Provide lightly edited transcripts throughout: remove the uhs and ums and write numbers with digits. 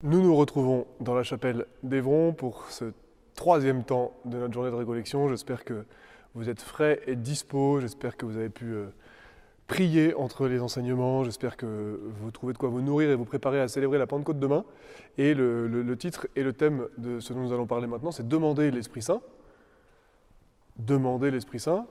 Nous nous retrouvons dans la chapelle d'Évron pour ce troisième temps de notre journée de récollection. J'espère que vous êtes frais et dispo, j'espère que vous avez pu prier entre les enseignements, j'espère que vous trouvez de quoi vous nourrir et vous préparer à célébrer la Pentecôte demain. Et le titre et le thème de ce dont nous allons parler maintenant, c'est demander l'Esprit Saint. Demander l'Esprit Saint.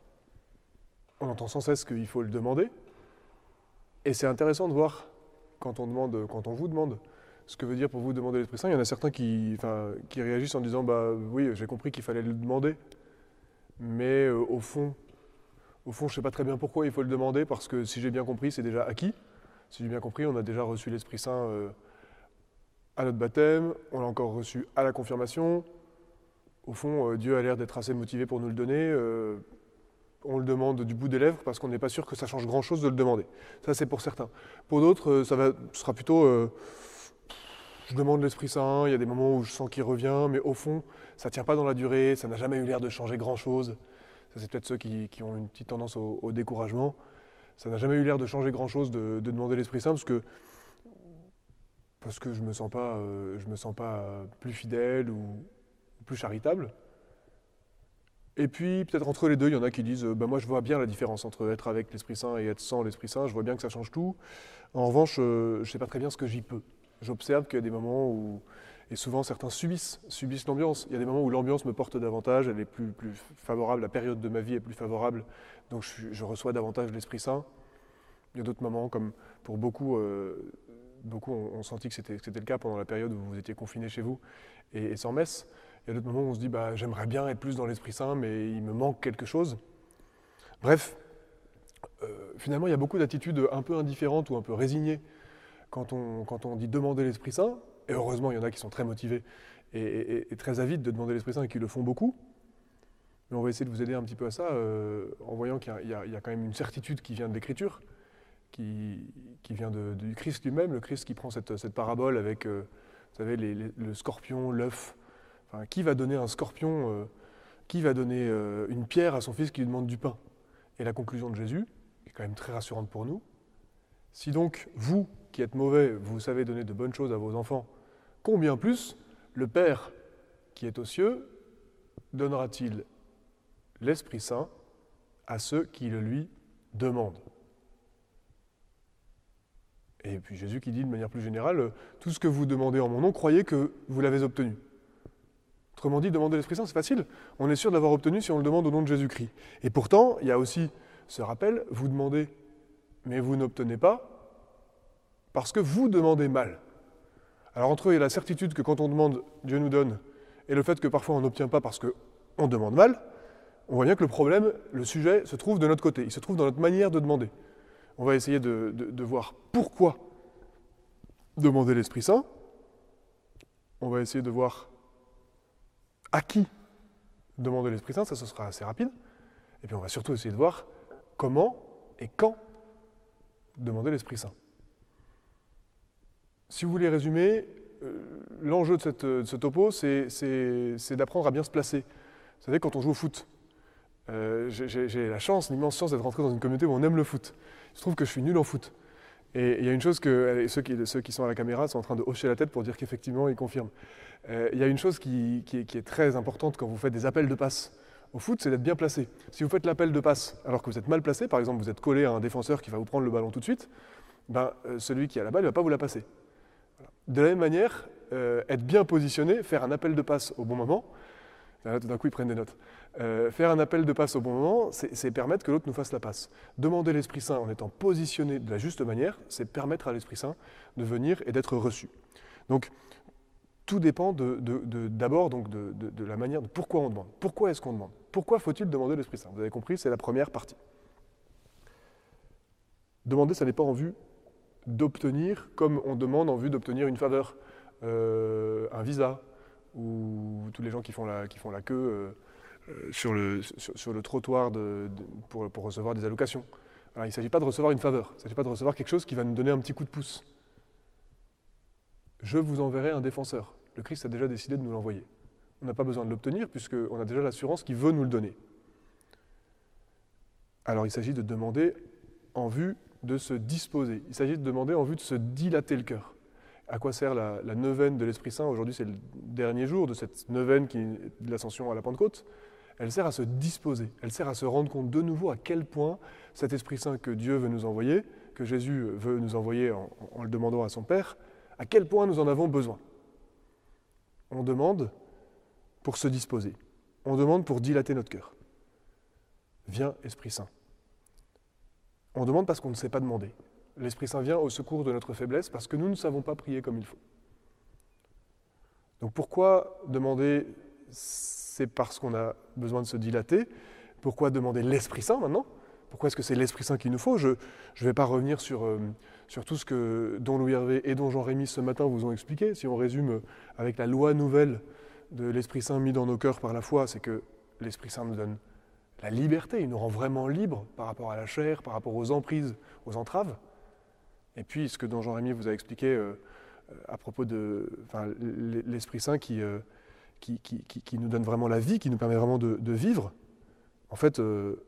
On entend sans cesse qu'il faut le demander. Et c'est intéressant de voir quand on vous demande ce que veut dire pour vous demander l'Esprit Saint. Il y en a certains qui réagissent en disant bah oui, j'ai compris qu'il fallait le demander, mais au fond, je ne sais pas très bien pourquoi il faut le demander, parce que si j'ai bien compris, c'est déjà acquis. Si j'ai bien compris, on a déjà reçu l'Esprit Saint à notre baptême, on l'a encore reçu à la confirmation. Au fond, Dieu a l'air d'être assez motivé pour nous le donner. On le demande du bout des lèvres parce qu'on n'est pas sûr que ça change grand-chose de le demander. Ça, c'est pour certains. Pour d'autres, ce sera plutôt je demande l'Esprit Saint, il y a des moments où je sens qu'il revient, mais au fond, ça ne tient pas dans la durée, ça n'a jamais eu l'air de changer grand-chose. Ça, c'est peut-être ceux qui ont une petite tendance au découragement. Ça n'a jamais eu l'air de changer grand-chose de demander l'Esprit Saint parce que je me sens pas plus fidèle ou plus charitable. Et puis, peut-être entre les deux, il y en a qui disent bah moi, je vois bien la différence entre être avec l'Esprit Saint et être sans l'Esprit Saint, je vois bien que ça change tout. En revanche, je ne sais pas très bien ce que j'y peux. J'observe qu'il y a des moments où, et souvent certains subissent l'ambiance. Il y a des moments où l'ambiance me porte davantage, elle est plus favorable, la période de ma vie est plus favorable, donc je reçois davantage l'Esprit Saint. Il y a d'autres moments, comme pour beaucoup ont senti que c'était le cas pendant la période où vous étiez confinés chez vous et sans messe. Il y a d'autres moments où on se dit bah, j'aimerais bien être plus dans l'Esprit Saint, mais il me manque quelque chose. Bref, finalement, il y a beaucoup d'attitudes un peu indifférentes ou un peu résignées quand on dit demander l'Esprit Saint, et heureusement il y en a qui sont très motivés et très avides de demander l'Esprit Saint et qui le font beaucoup, mais on va essayer de vous aider un petit peu à ça en voyant qu'il y a quand même une certitude qui vient de l'Écriture, qui vient du Christ lui-même, le Christ qui prend cette parabole avec, vous savez, le scorpion, l'œuf. Enfin, qui va donner un scorpion, qui va donner une pierre à son fils qui lui demande du pain? Et la conclusion de Jésus est quand même très rassurante pour nous. Si donc, vous, qui êtes mauvais, vous savez donner de bonnes choses à vos enfants, combien plus le Père qui est aux cieux donnera-t-il l'Esprit Saint à ceux qui le lui demandent? Et puis Jésus qui dit de manière plus générale, tout ce que vous demandez en mon nom, croyez que vous l'avez obtenu. Autrement dit, demander l'Esprit Saint, c'est facile. On est sûr de l'avoir obtenu si on le demande au nom de Jésus-Christ. Et pourtant, il y a aussi ce rappel, vous demandez, mais vous n'obtenez pas, parce que vous demandez mal. Alors entre eux, il y a la certitude que quand on demande, Dieu nous donne, et le fait que parfois on n'obtient pas parce qu'on demande mal, on voit bien que le problème, le sujet, se trouve de notre côté, il se trouve dans notre manière de demander. On va essayer de voir pourquoi demander l'Esprit Saint, on va essayer de voir à qui demander l'Esprit Saint, ça ce sera assez rapide, et puis on va surtout essayer de voir comment et quand demander l'Esprit Saint. Si vous voulez résumer, l'enjeu de ce topo, c'est d'apprendre à bien se placer. Vous savez, quand on joue au foot, j'ai la chance, l'immense chance d'être rentré dans une communauté où on aime le foot. Il se trouve que je suis nul en foot. Et il y a une chose que ceux qui sont à la caméra sont en train de hocher la tête pour dire qu'effectivement, ils confirment. Il y a une chose qui est très importante quand vous faites des appels de passe au foot, c'est d'être bien placé. Si vous faites l'appel de passe alors que vous êtes mal placé, par exemple vous êtes collé à un défenseur qui va vous prendre le ballon tout de suite, celui qui a la balle ne va pas vous la passer. De la même manière, être bien positionné, faire un appel de passe au bon moment, là, tout d'un coup ils prennent des notes, faire un appel de passe au bon moment, c'est permettre que l'autre nous fasse la passe. Demander l'Esprit Saint en étant positionné de la juste manière, c'est permettre à l'Esprit Saint de venir et d'être reçu. Donc, tout dépend d'abord de la manière de pourquoi on demande. Pourquoi est-ce qu'on demande? Pourquoi faut-il demander l'Esprit Saint? Vous avez compris, c'est la première partie. Demander, ça n'est pas en vue d'obtenir comme on demande en vue d'obtenir une faveur, un visa, ou tous les gens qui font la queue sur le trottoir pour recevoir des allocations. Alors, il ne s'agit pas de recevoir une faveur, il ne s'agit pas de recevoir quelque chose qui va nous donner un petit coup de pouce. Je vous enverrai un défenseur. Le Christ a déjà décidé de nous l'envoyer. On n'a pas besoin de l'obtenir puisqu'on a déjà l'assurance qu'il veut nous le donner. Alors il s'agit de demander en vue de se disposer. Il s'agit de demander en vue de se dilater le cœur. À quoi sert la neuvaine de l'Esprit Saint? Aujourd'hui, c'est le dernier jour de cette neuvaine de l'ascension à la Pentecôte. Elle sert à se disposer, elle sert à se rendre compte de nouveau à quel point cet Esprit Saint que Dieu veut nous envoyer, que Jésus veut nous envoyer en le demandant à son Père, à quel point nous en avons besoin. On demande pour se disposer, on demande pour dilater notre cœur. Viens, Esprit Saint. On demande parce qu'on ne sait pas demander. L'Esprit Saint vient au secours de notre faiblesse parce que nous ne savons pas prier comme il faut. Donc pourquoi demander? C'est parce qu'on a besoin de se dilater. Pourquoi demander l'Esprit Saint maintenant? Pourquoi est-ce que c'est l'Esprit Saint qu'il nous faut? Je ne vais pas revenir sur tout ce que Don Louis Hervé et Don Jean-Rémy ce matin vous ont expliqué. Si on résume avec la loi nouvelle de l'Esprit Saint mis dans nos cœurs par la foi, c'est que l'Esprit Saint nous donne la liberté, il nous rend vraiment libres par rapport à la chair, par rapport aux emprises, aux entraves. Et puis ce que Don Jean-Rémy vous a expliqué à propos de l'Esprit Saint qui nous donne vraiment la vie, qui nous permet vraiment de vivre. En fait,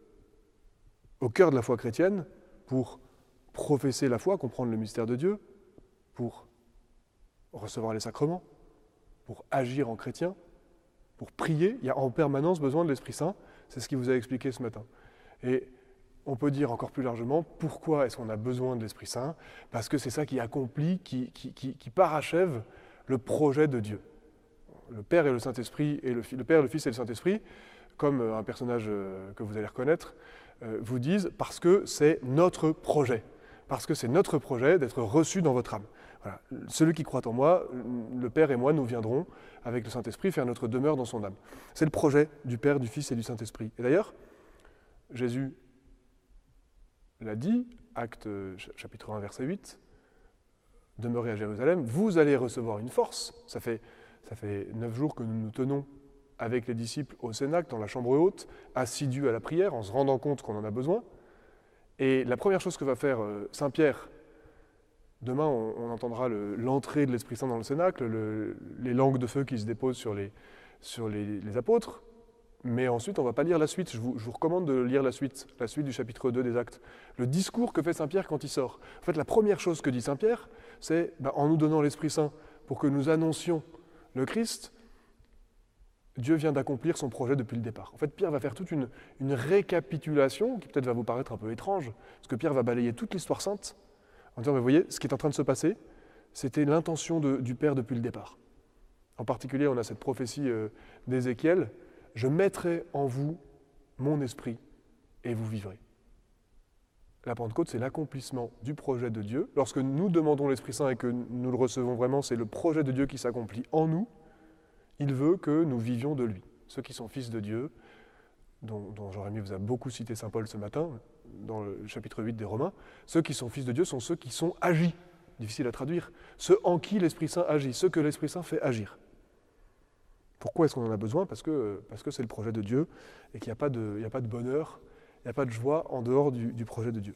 au cœur de la foi chrétienne, pour professer la foi, comprendre le mystère de Dieu, pour recevoir les sacrements, pour agir en chrétien, pour prier, il y a en permanence besoin de l'Esprit Saint. C'est ce qu'il vous a expliqué ce matin. Et on peut dire encore plus largement, pourquoi est-ce qu'on a besoin de l'Esprit Saint? Parce que c'est ça qui accomplit, qui parachève le projet de Dieu. Le Père et le Saint-Esprit, le Père, le Fils et le Saint-Esprit, comme un personnage que vous allez reconnaître, vous disent parce que c'est notre projet. Parce que c'est notre projet d'être reçu dans votre âme. Voilà. Celui qui croit en moi, le Père et moi, nous viendrons avec le Saint-Esprit faire notre demeure dans son âme. C'est le projet du Père, du Fils et du Saint-Esprit. Et d'ailleurs, Jésus l'a dit, Actes chapitre 1, verset 8, « Demeurez à Jérusalem, vous allez recevoir une force. » Ça fait 9 jours que nous nous tenons avec les disciples au Cénacle, dans la chambre haute, assidus à la prière, en se rendant compte qu'on en a besoin. Et la première chose que va faire Saint Pierre, demain on entendra l'entrée de l'Esprit Saint dans le Cénacle, les langues de feu qui se déposent sur les apôtres, mais ensuite on ne va pas lire la suite. Je vous recommande de lire la suite du chapitre 2 des Actes. Le discours que fait Saint Pierre quand il sort. En fait, la première chose que dit Saint Pierre, c'est en nous donnant l'Esprit Saint pour que nous annoncions le Christ, Dieu vient d'accomplir son projet depuis le départ. En fait, Pierre va faire toute une récapitulation qui peut-être va vous paraître un peu étrange, parce que Pierre va balayer toute l'histoire sainte en disant, mais vous voyez, ce qui est en train de se passer, c'était l'intention du Père depuis le départ. En particulier, on a cette prophétie d'Ézéchiel, « Je mettrai en vous mon esprit et vous vivrez ». La Pentecôte, c'est l'accomplissement du projet de Dieu. Lorsque nous demandons l'Esprit Saint et que nous le recevons vraiment, c'est le projet de Dieu qui s'accomplit en nous. Il veut que nous vivions de lui. Ceux qui sont fils de Dieu, dont Jean-Rémy vous a beaucoup cité Saint Paul ce matin, dans le chapitre 8 des Romains, ceux qui sont fils de Dieu sont ceux qui sont agis, difficile à traduire, ceux en qui l'Esprit Saint agit, ceux que l'Esprit Saint fait agir. Pourquoi est-ce qu'on en a besoin? Parce que c'est le projet de Dieu et qu'il n'y a pas de bonheur, il n'y a pas de joie en dehors du projet de Dieu.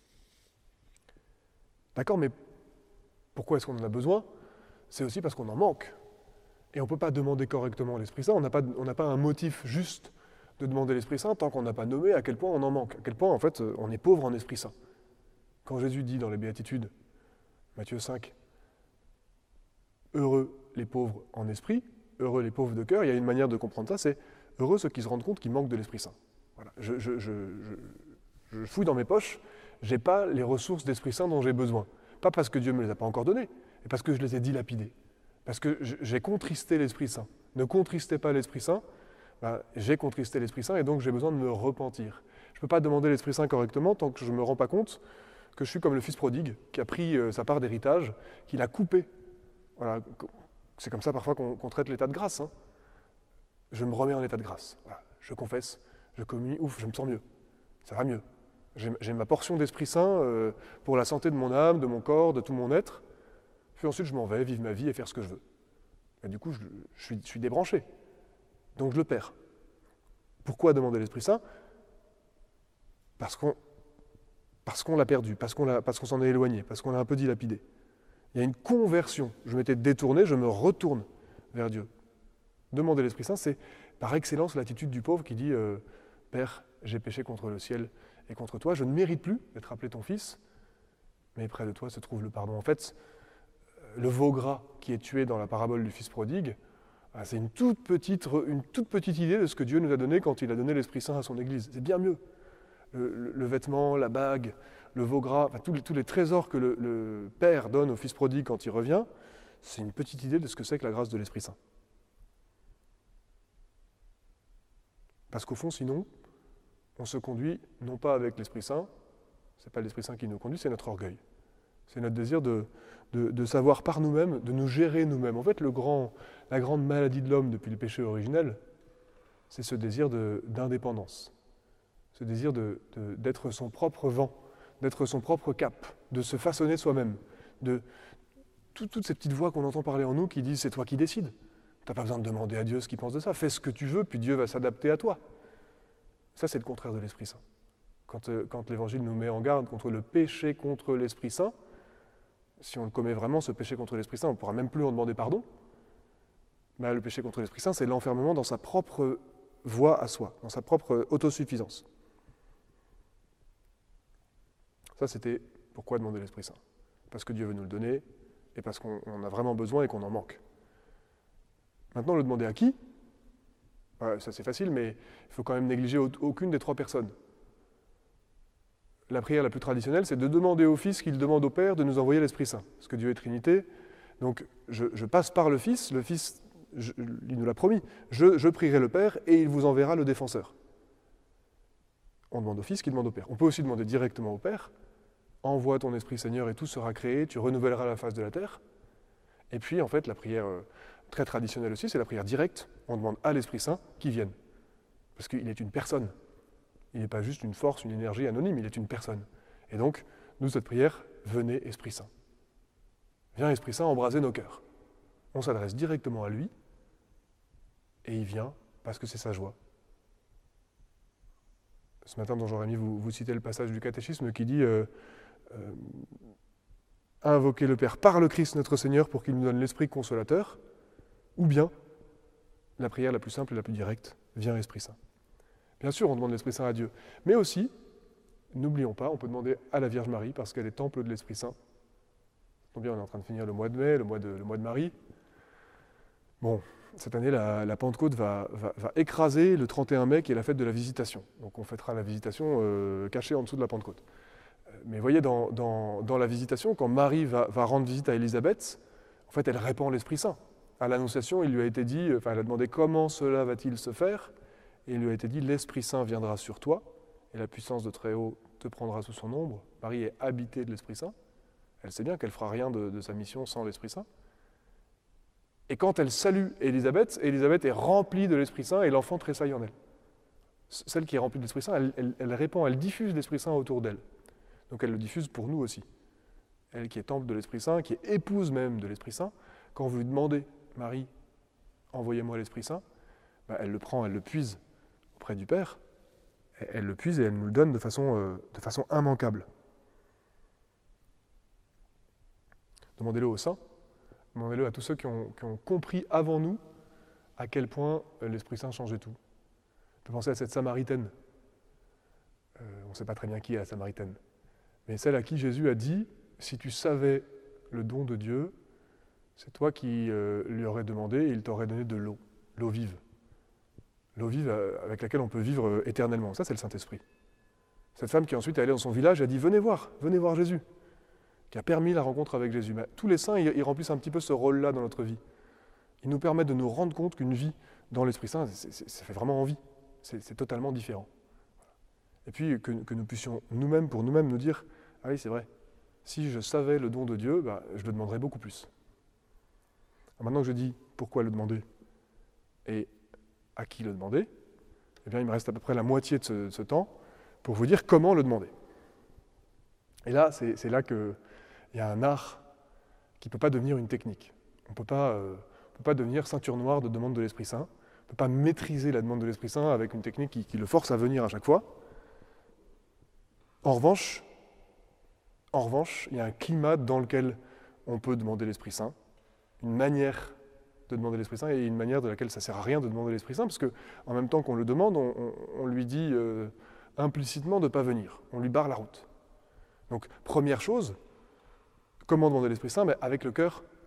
D'accord, mais pourquoi est-ce qu'on en a besoin? C'est aussi parce qu'on en manque. Et on ne peut pas demander correctement l'Esprit Saint, on n'a pas un motif juste de demander l'Esprit Saint tant qu'on n'a pas nommé à quel point on en manque, à quel point en fait on est pauvre en Esprit Saint. Quand Jésus dit dans les Béatitudes, Matthieu 5, « Heureux les pauvres en esprit », heureux les pauvres de cœur, il y a une manière de comprendre ça, c'est heureux ceux qui se rendent compte qu'ils manquent de l'Esprit Saint. Voilà. Je fouille dans mes poches, je n'ai pas les ressources d'Esprit Saint dont j'ai besoin. Pas parce que Dieu ne me les a pas encore données, mais parce que je les ai dilapidées. Parce que j'ai contristé l'Esprit Saint. Ne contristez pas l'Esprit Saint, j'ai contristé l'Esprit Saint et donc j'ai besoin de me repentir. Je ne peux pas demander l'Esprit Saint correctement tant que je ne me rends pas compte que je suis comme le fils prodigue qui a pris sa part d'héritage, qu'il a coupé. Voilà. C'est comme ça parfois qu'on traite l'état de grâce. Hein. Je me remets en état de grâce. Voilà. Je confesse, je communie, ouf, je me sens mieux. Ça va mieux. J'ai ma portion d'Esprit Saint pour la santé de mon âme, de mon corps, de tout mon être. Puis ensuite, je m'en vais vivre ma vie et faire ce que je veux. Et du coup, je suis débranché. Donc je le perds. Pourquoi demander l'Esprit Saint? Parce qu'on l'a perdu, parce qu'on s'en est éloigné, parce qu'on l'a un peu dilapidé. Il y a une conversion. Je m'étais détourné, je me retourne vers Dieu. Demander l'Esprit Saint, c'est par excellence l'attitude du pauvre qui dit « Père, j'ai péché contre le ciel et contre toi, je ne mérite plus d'être appelé ton fils, mais près de toi se trouve le pardon. » En fait, le veau gras qui est tué dans la parabole du fils prodigue, c'est une toute petite idée de ce que Dieu nous a donné quand il a donné l'Esprit Saint à son Église. C'est bien mieux. Le vêtement, la bague, le veau gras, enfin, tous les trésors que le Père donne au fils prodigue quand il revient, c'est une petite idée de ce que c'est que la grâce de l'Esprit Saint. Parce qu'au fond, sinon, on se conduit non pas avec l'Esprit Saint, c'est pas l'Esprit Saint qui nous conduit, c'est notre orgueil. C'est notre désir de savoir par nous-mêmes, de nous gérer nous-mêmes. En fait, la grande maladie de l'homme depuis le péché originel, c'est ce désir d'indépendance. Ce désir d'être son propre vent, d'être son propre cap, de se façonner soi-même. De toutes ces petites voix qu'on entend parler en nous qui disent « c'est toi qui décides ». Tu n'as pas besoin de demander à Dieu ce qu'il pense de ça. Fais ce que tu veux, puis Dieu va s'adapter à toi. Ça, c'est le contraire de l'Esprit Saint. Quand l'Évangile nous met en garde contre le péché contre l'Esprit Saint, si on le commet vraiment, ce péché contre l'Esprit Saint, on ne pourra même plus en demander pardon. Mais le péché contre l'Esprit Saint, c'est l'enfermement dans sa propre voie à soi, dans sa propre autosuffisance. Ça, c'était pourquoi demander l'Esprit Saint. Parce que Dieu veut nous le donner, et parce qu'on en a vraiment besoin et qu'on en manque. Maintenant, le demander à qui ? Ça c'est facile, mais il faut quand même négliger aucune des trois personnes. La prière la plus traditionnelle, c'est de demander au Fils qu'il demande au Père de nous envoyer l'Esprit Saint. Parce que Dieu est Trinité. Donc je passe par le Fils il nous l'a promis. Je prierai le Père et il vous enverra le défenseur. On demande au Fils qui demande au Père. On peut aussi demander directement au Père. Envoie ton Esprit Seigneur et tout sera créé, tu renouvelleras la face de la terre. Et puis en fait, la prière très traditionnelle aussi, c'est la prière directe. On demande à l'Esprit Saint qu'il vienne. Parce qu'il est une personne. Il n'est pas juste une force, une énergie anonyme, il est une personne. Et donc, nous, cette prière, venez Esprit Saint. Viens Esprit Saint embraser nos cœurs. On s'adresse directement à lui, et il vient parce que c'est sa joie. Ce matin, dans Jean-Rémy, vous citez le passage du catéchisme qui dit invoquer le Père par le Christ notre Seigneur pour qu'il nous donne l'Esprit consolateur, ou bien la prière la plus simple et la plus directe, viens Esprit Saint. Bien sûr, on demande l'Esprit Saint à Dieu, mais aussi, n'oublions pas, on peut demander à la Vierge Marie parce qu'elle est temple de l'Esprit Saint. Donc bien, on est en train de finir le mois de mai, le mois de Marie. Bon, cette année, la Pentecôte va écraser le 31 mai qui est la fête de la Visitation. Donc on fêtera la Visitation cachée en dessous de la Pentecôte. Mais voyez, dans la Visitation, quand Marie va rendre visite à Élisabeth, en fait, elle répand l'Esprit Saint. À l'Annonciation, il lui a été dit, elle a demandé comment cela va-t-il se faire ? Et il lui a été dit, l'Esprit Saint viendra sur toi, et la puissance de Très-Haut te prendra sous son ombre. Marie est habitée de l'Esprit Saint. Elle sait bien qu'elle ne fera rien de sa mission sans l'Esprit Saint. Et quand elle salue Élisabeth est remplie de l'Esprit Saint et l'enfant tressaille en elle. Celle qui est remplie de l'Esprit Saint, elle répand, elle diffuse l'Esprit Saint autour d'elle. Donc elle le diffuse pour nous aussi. Elle qui est temple de l'Esprit Saint, qui est épouse même de l'Esprit Saint, quand vous lui demandez, Marie, envoyez-moi l'Esprit Saint, elle le prend, elle le puise auprès du Père, elle le puise et elle nous le donne de façon immanquable. Demandez-le aux saints, demandez-le à tous ceux qui ont compris avant nous à quel point l'Esprit Saint changeait tout. On peut penser à cette Samaritaine. On ne sait pas très bien qui est la Samaritaine, mais celle à qui Jésus a dit « Si tu savais le don de Dieu, c'est toi qui lui aurais demandé et il t'aurait donné de l'eau vive. » L'eau vive avec laquelle on peut vivre éternellement. Ça, c'est le Saint-Esprit. Cette femme qui ensuite est allée dans son village a dit « Venez voir Jésus », qui a permis la rencontre avec Jésus. Mais tous les saints, ils remplissent un petit peu ce rôle-là dans notre vie. Ils nous permettent de nous rendre compte qu'une vie dans l'Esprit Saint, ça fait vraiment envie. C'est totalement différent. Et puis que nous puissions nous-mêmes, pour nous-mêmes, nous dire « Ah oui, c'est vrai, si je savais le don de Dieu, je le demanderais beaucoup plus. » Maintenant que je dis pourquoi le demander et à qui le demander, eh bien, il me reste à peu près la moitié de ce temps pour vous dire comment le demander. Et là, c'est là qu'il y a un art qui ne peut pas devenir une technique. On ne peut pas devenir ceinture noire de demande de l'Esprit Saint. On ne peut pas maîtriser la demande de l'Esprit Saint avec une technique qui le force à venir à chaque fois. En revanche, il y a un climat dans lequel on peut demander l'Esprit Saint, une manière de demander l'Esprit Saint et une manière de laquelle ça ne sert à rien de demander l'Esprit Saint, parce qu'en même temps qu'on le demande, on lui dit implicitement de ne pas venir. On lui barre la route. Donc, première chose, comment demander l'Esprit Saint ? Avec le cœur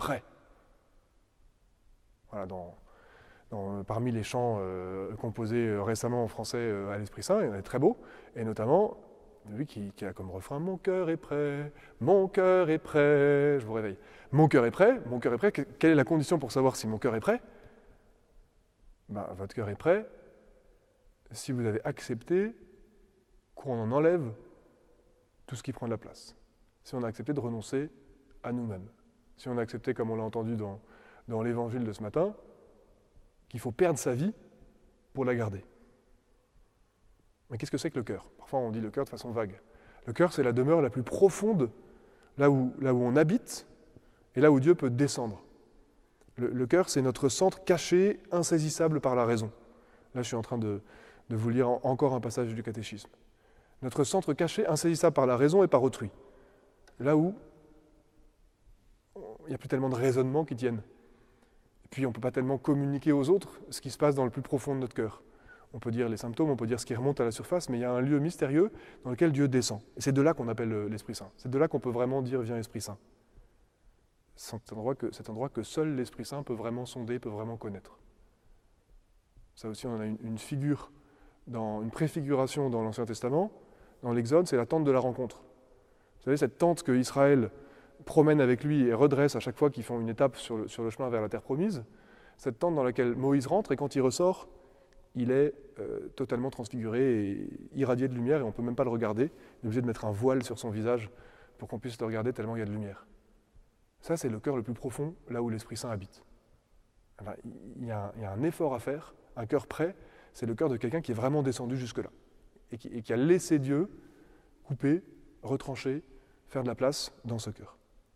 prêt. Voilà, parmi les chants composés récemment en français à l'Esprit Saint, il y en a des très beaux, et notamment lui qui a comme refrain « Mon cœur est prêt, mon cœur est prêt », je vous réveille. Mon cœur est prêt, quelle est la condition pour savoir si mon cœur est prêt? Ben, votre cœur est prêt si vous avez accepté qu'on en enlève tout ce qui prend de la place. Si on a accepté de renoncer à nous-mêmes. Si on a accepté, comme on l'a entendu dans l'évangile de ce matin, qu'il faut perdre sa vie pour la garder. Mais qu'est-ce que c'est que le cœur? Parfois on dit le cœur de façon vague. Le cœur, c'est la demeure la plus profonde, là où on habite et là où Dieu peut descendre. Le cœur, c'est notre centre caché, insaisissable par la raison. Là, je suis en train de vous lire encore un passage du catéchisme. Notre centre caché, insaisissable par la raison et par autrui. Là où il n'y a plus tellement de raisonnements qui tiennent. Et puis, on ne peut pas tellement communiquer aux autres ce qui se passe dans le plus profond de notre cœur. On peut dire les symptômes, on peut dire ce qui remonte à la surface, mais il y a un lieu mystérieux dans lequel Dieu descend. Et c'est de là qu'on appelle l'Esprit Saint. C'est de là qu'on peut vraiment dire « Viens Esprit Saint ». Cet endroit que seul l'Esprit Saint peut vraiment sonder, peut vraiment connaître. Ça aussi, on a une figure, une préfiguration dans l'Ancien Testament. Dans l'Exode, c'est la tente de la rencontre. Vous savez, cette tente que Israël promène avec lui et redresse à chaque fois qu'ils font une étape sur le chemin vers la terre promise, cette tente dans laquelle Moïse rentre et quand il ressort, il est totalement transfiguré et irradié de lumière et on ne peut même pas le regarder. Il est obligé de mettre un voile sur son visage pour qu'on puisse le regarder tellement il y a de lumière. Ça, c'est le cœur le plus profond, là où l'Esprit Saint habite. Enfin, il y a un effort à faire, un cœur prêt, c'est le cœur de quelqu'un qui est vraiment descendu jusque-là et qui a laissé Dieu couper, retrancher, faire de la place dans ce cœur.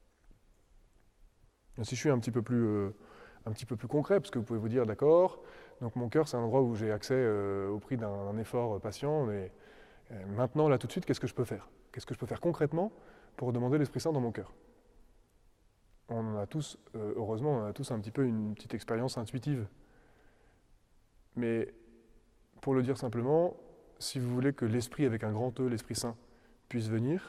Et si je suis un petit peu plus concret, parce que vous pouvez vous dire, d'accord, donc mon cœur, c'est un endroit où j'ai accès au prix d'un effort patient, mais maintenant, là, tout de suite, qu'est-ce que je peux faire? Qu'est-ce que je peux faire concrètement pour demander l'Esprit Saint dans mon cœur? On a tous, heureusement, on a tous un petit peu une petite expérience intuitive. Mais pour le dire simplement, si vous voulez que l'Esprit avec un grand E, l'Esprit Saint, puisse venir,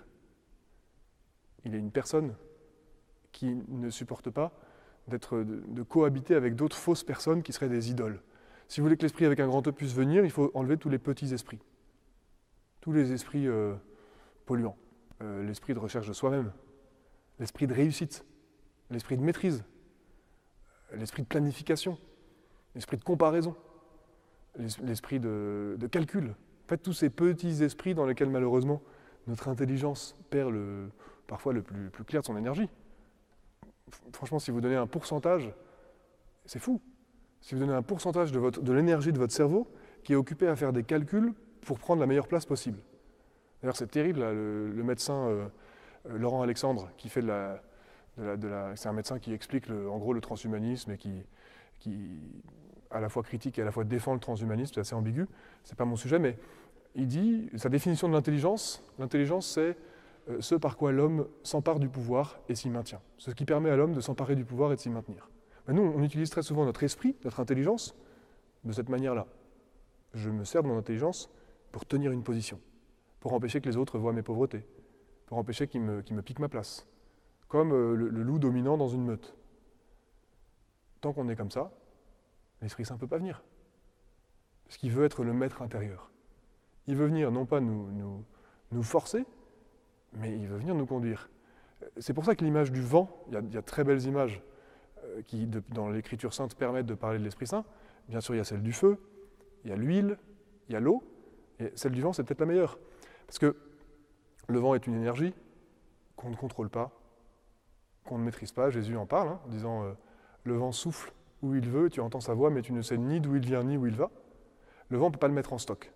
il est une personne qui ne supporte pas de cohabiter avec d'autres fausses personnes qui seraient des idoles. Si vous voulez que l'Esprit avec un grand E puisse venir, il faut enlever tous les petits esprits. Tous les esprits polluants. L'esprit de recherche de soi-même, l'esprit de réussite, l'esprit de maîtrise, l'esprit de planification, l'esprit de comparaison, l'esprit de calcul. En fait, tous ces petits esprits dans lesquels, malheureusement, notre intelligence perd parfois le plus clair de son énergie. Franchement, si vous donnez un pourcentage, c'est fou. Si vous donnez un pourcentage de l'énergie de votre cerveau qui est occupé à faire des calculs pour prendre la meilleure place possible. D'ailleurs, c'est terrible, là, le médecin Laurent Alexandre, qui fait c'est un médecin qui explique en gros le transhumanisme et qui à la fois critique et à la fois défend le transhumanisme, c'est assez ambigu, c'est pas mon sujet, mais il dit, sa définition de l'intelligence, c'est ce par quoi l'homme s'empare du pouvoir et s'y maintient. Ce qui permet à l'homme de s'emparer du pouvoir et de s'y maintenir. Mais nous, on utilise très souvent notre esprit, notre intelligence, de cette manière-là. Je me sers de mon intelligence pour tenir une position, pour empêcher que les autres voient mes pauvretés, pour empêcher qu'ils me piquent ma place, comme le loup dominant dans une meute. Tant qu'on est comme ça, l'Esprit Saint ne peut pas venir. Parce qu'il veut être le maître intérieur. Il veut venir non pas nous forcer, mais il veut venir nous conduire. C'est pour ça que l'image du vent, il y a de très belles images qui, dans l'Écriture sainte, permettent de parler de l'Esprit Saint. Bien sûr, il y a celle du feu, il y a l'huile, il y a l'eau, et celle du vent, c'est peut-être la meilleure. Parce que le vent est une énergie qu'on ne contrôle pas, qu'on ne maîtrise pas. Jésus en parle, en disant le vent souffle où il veut, tu entends sa voix, mais tu ne sais ni d'où il vient ni où il va. Le vent, on ne peut pas le mettre en stock.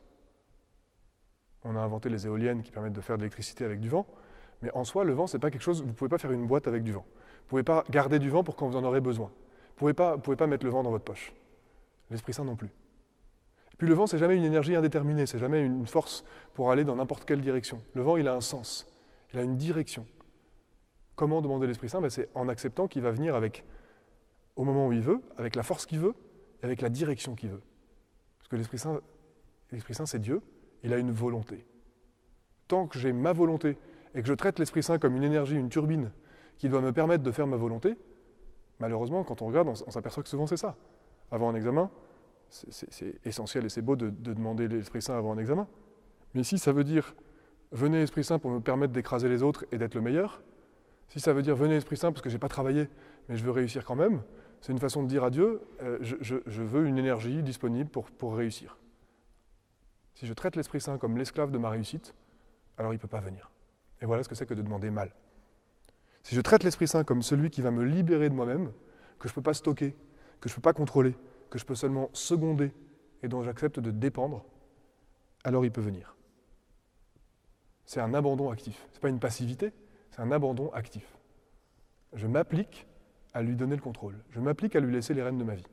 On a inventé les éoliennes qui permettent de faire de l'électricité avec du vent, mais en soi, le vent, c'est pas quelque chose, vous ne pouvez pas faire une boîte avec du vent. Vous ne pouvez pas garder du vent pour quand vous en aurez besoin. Vous ne pouvez pas mettre le vent dans votre poche. L'Esprit Saint non plus. Et puis le vent, c'est jamais une énergie indéterminée, c'est jamais une force pour aller dans n'importe quelle direction. Le vent, il a un sens, il a une direction. Comment demander l'Esprit Saint? C'est en acceptant qu'il va venir au moment où il veut, avec la force qu'il veut, et avec la direction qu'il veut. Parce que l'Esprit Saint, c'est Dieu, il a une volonté. Tant que j'ai ma volonté, et que je traite l'Esprit Saint comme une énergie, une turbine, qui doit me permettre de faire ma volonté, Malheureusement, quand on regarde, on s'aperçoit que souvent c'est ça. Avant un examen, c'est essentiel et c'est beau de demander l'Esprit Saint avant un examen. Mais si ça veut dire « Venez Esprit Saint pour me permettre d'écraser les autres et d'être le meilleur », si ça veut dire « Venez Esprit Saint parce que je n'ai pas travaillé, mais je veux réussir quand même », c'est une façon de dire à Dieu je veux une énergie disponible pour réussir. Si je traite l'Esprit Saint comme l'esclave de ma réussite, alors il ne peut pas venir. Et voilà ce que c'est que de demander mal. Si je traite l'Esprit Saint comme celui qui va me libérer de moi-même, que je ne peux pas stocker, que je ne peux pas contrôler, que je peux seulement seconder et dont j'accepte de dépendre, alors il peut venir. C'est un abandon actif. Ce n'est pas une passivité, c'est un abandon actif. Je m'applique à lui donner le contrôle. Je m'applique à lui laisser les rênes de ma vie.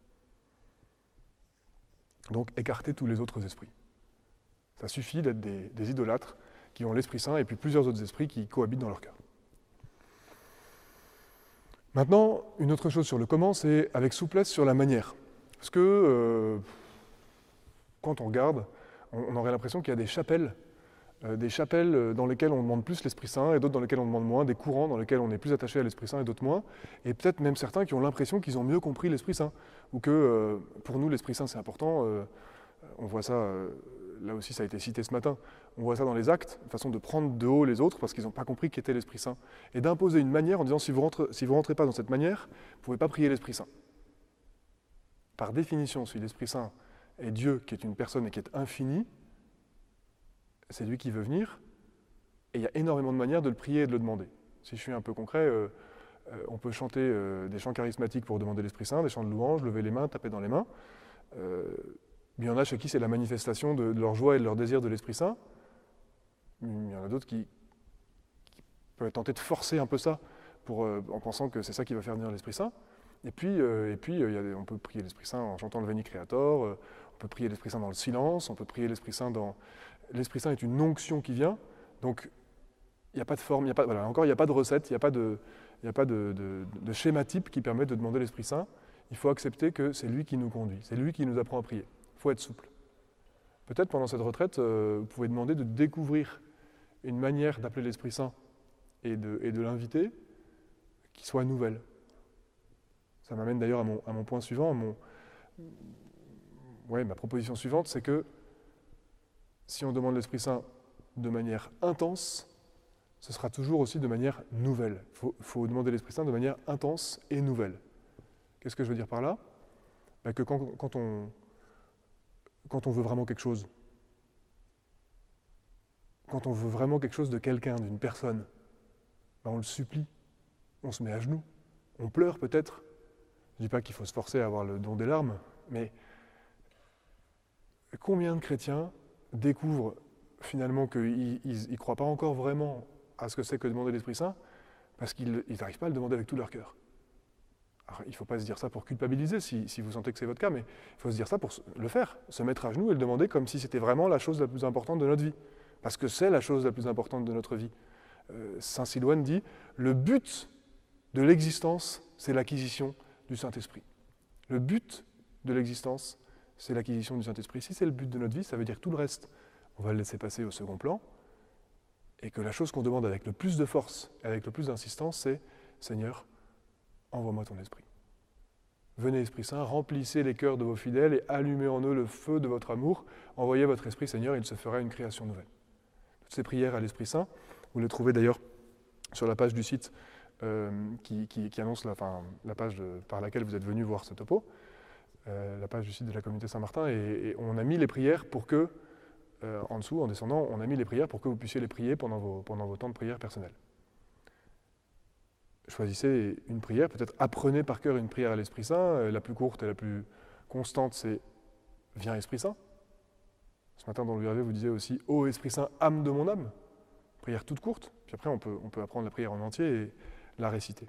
Donc écarter tous les autres esprits. Ça suffit d'être des idolâtres qui ont l'Esprit Saint et puis plusieurs autres esprits qui cohabitent dans leur cœur. Maintenant, une autre chose sur le comment, c'est avec souplesse sur la manière. Parce que quand on regarde, on aurait l'impression qu'il y a des chapelles dans lesquelles on demande plus l'Esprit Saint et d'autres dans lesquelles on demande moins, des courants dans lesquels on est plus attaché à l'Esprit Saint et d'autres moins, et peut-être même certains qui ont l'impression qu'ils ont mieux compris l'Esprit Saint, ou que pour nous l'Esprit Saint c'est important, on voit ça, là aussi ça a été cité ce matin, on voit ça dans les actes, une façon de prendre de haut les autres parce qu'ils n'ont pas compris qu'était l'Esprit Saint, et d'imposer une manière en disant si vous rentrez pas dans cette manière, vous ne pouvez pas prier l'Esprit Saint. Par définition, si l'Esprit Saint est Dieu qui est une personne et qui est infini, c'est lui qui veut venir, et il y a énormément de manières de le prier et de le demander. Si je suis un peu concret, on peut chanter des chants charismatiques pour demander l'Esprit Saint, des chants de louange, lever les mains, taper dans les mains. Il y en a chez qui c'est la manifestation de leur joie et de leur désir de l'Esprit Saint. Il y en a d'autres qui peuvent tenter de forcer un peu ça en pensant que c'est ça qui va faire venir l'Esprit Saint. Et puis on peut prier l'Esprit Saint en chantant le Veni Creator, on peut prier l'Esprit Saint dans le silence, on peut prier l'Esprit Saint dans... L'Esprit Saint est une onction qui vient, donc il n'y a pas de forme, il n'y a pas de recette, il n'y a pas de schéma type qui permet de demander l'Esprit Saint. Il faut accepter que c'est lui qui nous conduit, c'est lui qui nous apprend à prier. Il faut être souple. Peut-être pendant cette retraite, vous pouvez demander de découvrir une manière d'appeler l'Esprit Saint et de l'inviter qui soit nouvelle. Ça m'amène d'ailleurs à mon point suivant, ma proposition suivante, c'est que si on demande l'Esprit Saint de manière intense, ce sera toujours aussi de manière nouvelle. Il faut demander l'Esprit Saint de manière intense et nouvelle. Qu'est-ce que je veux dire par là ? Que quand on veut vraiment quelque chose, quand on veut vraiment quelque chose de quelqu'un, d'une personne, on le supplie, on se met à genoux, on pleure peut-être. Je ne dis pas qu'il faut se forcer à avoir le don des larmes, mais combien de chrétiens découvrent finalement qu'ils ne croient pas encore vraiment à ce que c'est que demander l'Esprit Saint, parce qu'ils n'arrivent pas à le demander avec tout leur cœur. Alors, il ne faut pas se dire ça pour culpabiliser, si vous sentez que c'est votre cas, mais il faut se dire ça pour le faire, se mettre à genoux et le demander comme si c'était vraiment la chose la plus importante de notre vie. Parce que c'est la chose la plus importante de notre vie. Saint Silouane dit « Le but de l'existence, c'est l'acquisition du Saint-Esprit. » Le but de l'existence, c'est l'acquisition du Saint-Esprit. Si c'est le but de notre vie, ça veut dire que tout le reste, on va le laisser passer au second plan, et que la chose qu'on demande avec le plus de force et avec le plus d'insistance, c'est « Seigneur, envoie-moi ton Esprit. Venez, Esprit Saint, remplissez les cœurs de vos fidèles et allumez en eux le feu de votre amour. Envoyez votre Esprit, Seigneur, et il se fera une création nouvelle. » Toutes ces prières à l'Esprit Saint, vous les trouvez d'ailleurs sur la page du site qui annonce la page par laquelle vous êtes venu voir ce topo, la page du site de la communauté Saint-Martin, et on a mis les prières pour que, en dessous, en descendant, on a mis les prières pour que vous puissiez les prier pendant vos temps de prière personnels. Choisissez une prière, peut-être apprenez par cœur une prière à l'Esprit Saint, la plus courte et la plus constante, c'est « Viens Esprit Saint ». Ce matin dans le URV, vous disiez aussi « Ô Esprit Saint, âme de mon âme ». Prière toute courte, puis après on peut apprendre la prière en entier et la réciter.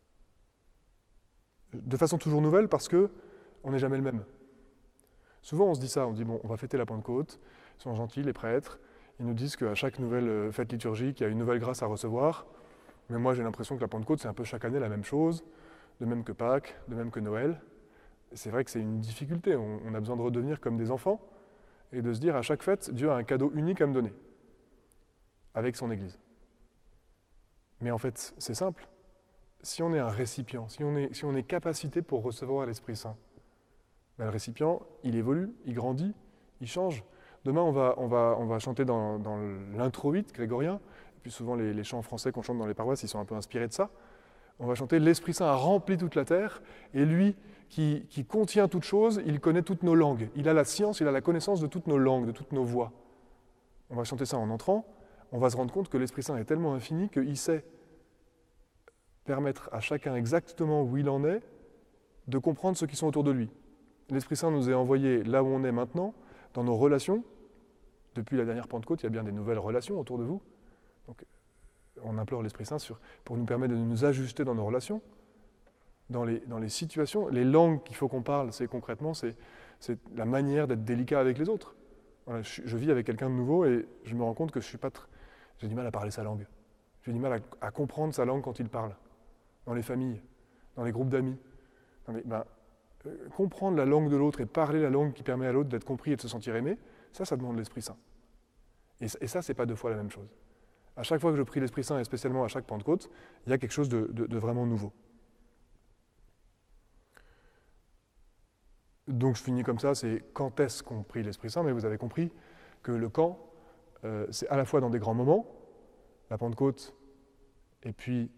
De façon toujours nouvelle parce que on n'est jamais le même. Souvent on se dit ça, on dit bon, on va fêter la Pentecôte, ils sont gentils les prêtres, ils nous disent qu'à chaque nouvelle fête liturgique, il y a une nouvelle grâce à recevoir, mais moi j'ai l'impression que la Pentecôte c'est un peu chaque année la même chose, de même que Pâques, de même que Noël. Et c'est vrai que c'est une difficulté, on a besoin de redevenir comme des enfants et de se dire à chaque fête, Dieu a un cadeau unique à me donner, avec son Église. Mais en fait, c'est simple. si on est un récipient, si on est capacité pour recevoir l'Esprit Saint, ben, le récipient, il évolue, il grandit, il change. Demain, on va chanter dans l'introïte grégorien, et puis souvent les chants français qu'on chante dans les paroisses, ils sont un peu inspirés de ça. On va chanter « L'Esprit Saint a rempli toute la terre », et lui, qui contient toutes choses, il connaît toutes nos langues. Il a la science, il a la connaissance de toutes nos langues, de toutes nos voix. On va chanter ça en entrant, on va se rendre compte que l'Esprit Saint est tellement infini qu'il sait permettre à chacun exactement où il en est de comprendre ceux qui sont autour de lui. L'Esprit Saint nous est envoyé là où on est maintenant, dans nos relations. Depuis la dernière Pentecôte, il y a bien des nouvelles relations autour de vous. Donc, on implore l'Esprit Saint pour nous permettre de nous ajuster dans nos relations, dans les situations. Les langues qu'il faut qu'on parle, c'est concrètement, c'est la manière d'être délicat avec les autres. Voilà, je vis avec quelqu'un de nouveau et je me rends compte que j'ai du mal à parler sa langue. J'ai du mal à comprendre sa langue quand il parle. Dans les familles, dans les groupes d'amis. Comprendre la langue de l'autre et parler la langue qui permet à l'autre d'être compris et de se sentir aimé, ça demande l'Esprit Saint. Et ça, c'est pas 2 fois la même chose. À chaque fois que je prie l'Esprit Saint, et spécialement à chaque Pentecôte, il y a quelque chose de vraiment nouveau. Donc je finis comme ça, c'est quand est-ce qu'on prie l'Esprit Saint, mais vous avez compris que le quand, c'est à la fois dans des grands moments, la Pentecôte, et puis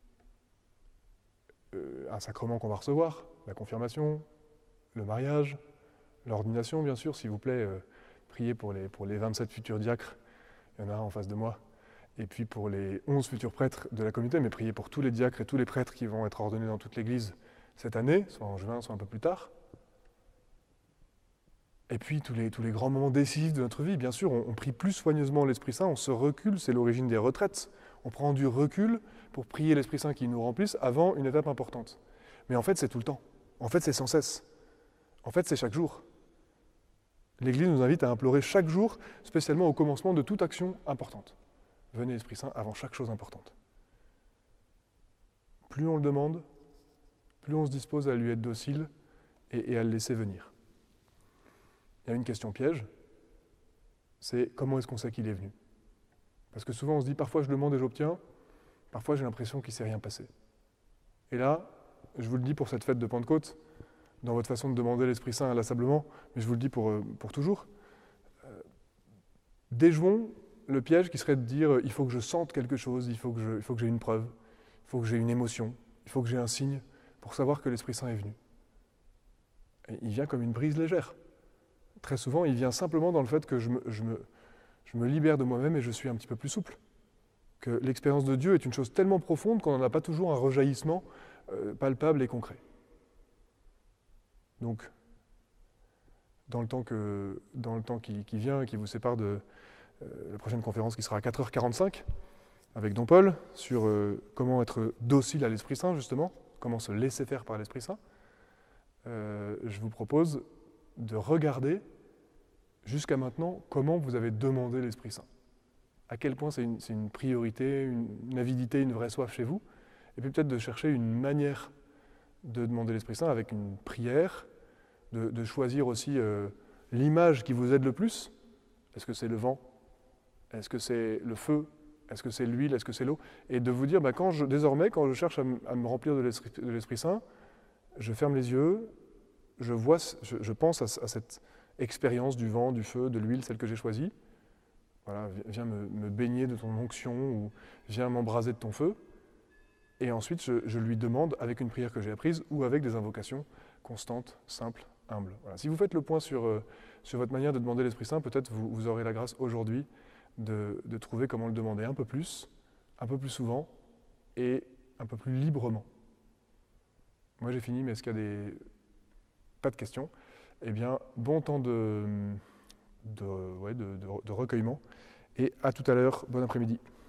un sacrement qu'on va recevoir, la confirmation, le mariage, l'ordination, bien sûr, s'il vous plaît, priez pour les 27 futurs diacres, il y en a un en face de moi, et puis pour les 11 futurs prêtres de la communauté, mais priez pour tous les diacres et tous les prêtres qui vont être ordonnés dans toute l'Église cette année, soit en juin, soit un peu plus tard. Et puis tous les grands moments décisifs de notre vie, bien sûr, on prie plus soigneusement l'Esprit Saint, on se recule, c'est l'origine des retraites. On prend du recul pour prier l'Esprit Saint qui nous remplisse avant une étape importante. Mais en fait, c'est tout le temps. En fait, c'est sans cesse. En fait, c'est chaque jour. L'Église nous invite à implorer chaque jour, spécialement au commencement de toute action importante. Venez l'Esprit Saint avant chaque chose importante. Plus on le demande, plus on se dispose à lui être docile et à le laisser venir. Il y a une question piège, c'est comment est-ce qu'on sait qu'il est venu? Parce que souvent on se dit, parfois je demande et j'obtiens, parfois j'ai l'impression qu'il ne s'est rien passé. Et là, je vous le dis pour cette fête de Pentecôte, dans votre façon de demander l'Esprit Saint inlassablement, mais je vous le dis pour toujours, déjouons le piège qui serait de dire, il faut que je sente quelque chose, il faut que j'ai une preuve, il faut que j'ai une émotion, il faut que j'ai un signe pour savoir que l'Esprit Saint est venu. Et il vient comme une brise légère. Très souvent, il vient simplement dans le fait que je me libère de moi-même et je suis un petit peu plus souple. Que l'expérience de Dieu est une chose tellement profonde qu'on n'en a pas toujours un rejaillissement palpable et concret. Donc, dans le temps qui vient, qui vous sépare de la prochaine conférence qui sera à 4h45, avec Don Paul, sur comment être docile à l'Esprit Saint, justement, comment se laisser faire par l'Esprit Saint, je vous propose de regarder jusqu'à maintenant comment vous avez demandé l'Esprit Saint. À quel point c'est une priorité, une avidité, une vraie soif chez vous. Et puis peut-être de chercher une manière de demander l'Esprit Saint avec une prière, de choisir aussi l'image qui vous aide le plus. Est-ce que c'est le vent? Est-ce que c'est le feu? Est-ce que c'est l'huile? Est-ce que c'est l'eau? Et de vous dire, désormais, quand je cherche à me remplir de l'Esprit Saint, je ferme les yeux, je pense à cette expérience du vent, du feu, de l'huile, celle que j'ai choisie. Voilà, viens me baigner de ton onction ou viens m'embraser de ton feu. Et ensuite, je lui demande, avec une prière que j'ai apprise ou avec des invocations constantes, simples, humbles. Voilà. Si vous faites le point sur votre manière de demander l'Esprit Saint, peut-être vous aurez la grâce aujourd'hui de trouver comment le demander un peu plus souvent et un peu plus librement. Moi j'ai fini, mais est-ce qu'il y a pas de questions? Eh bien, bon temps de recueillement et à tout à l'heure, bon après-midi.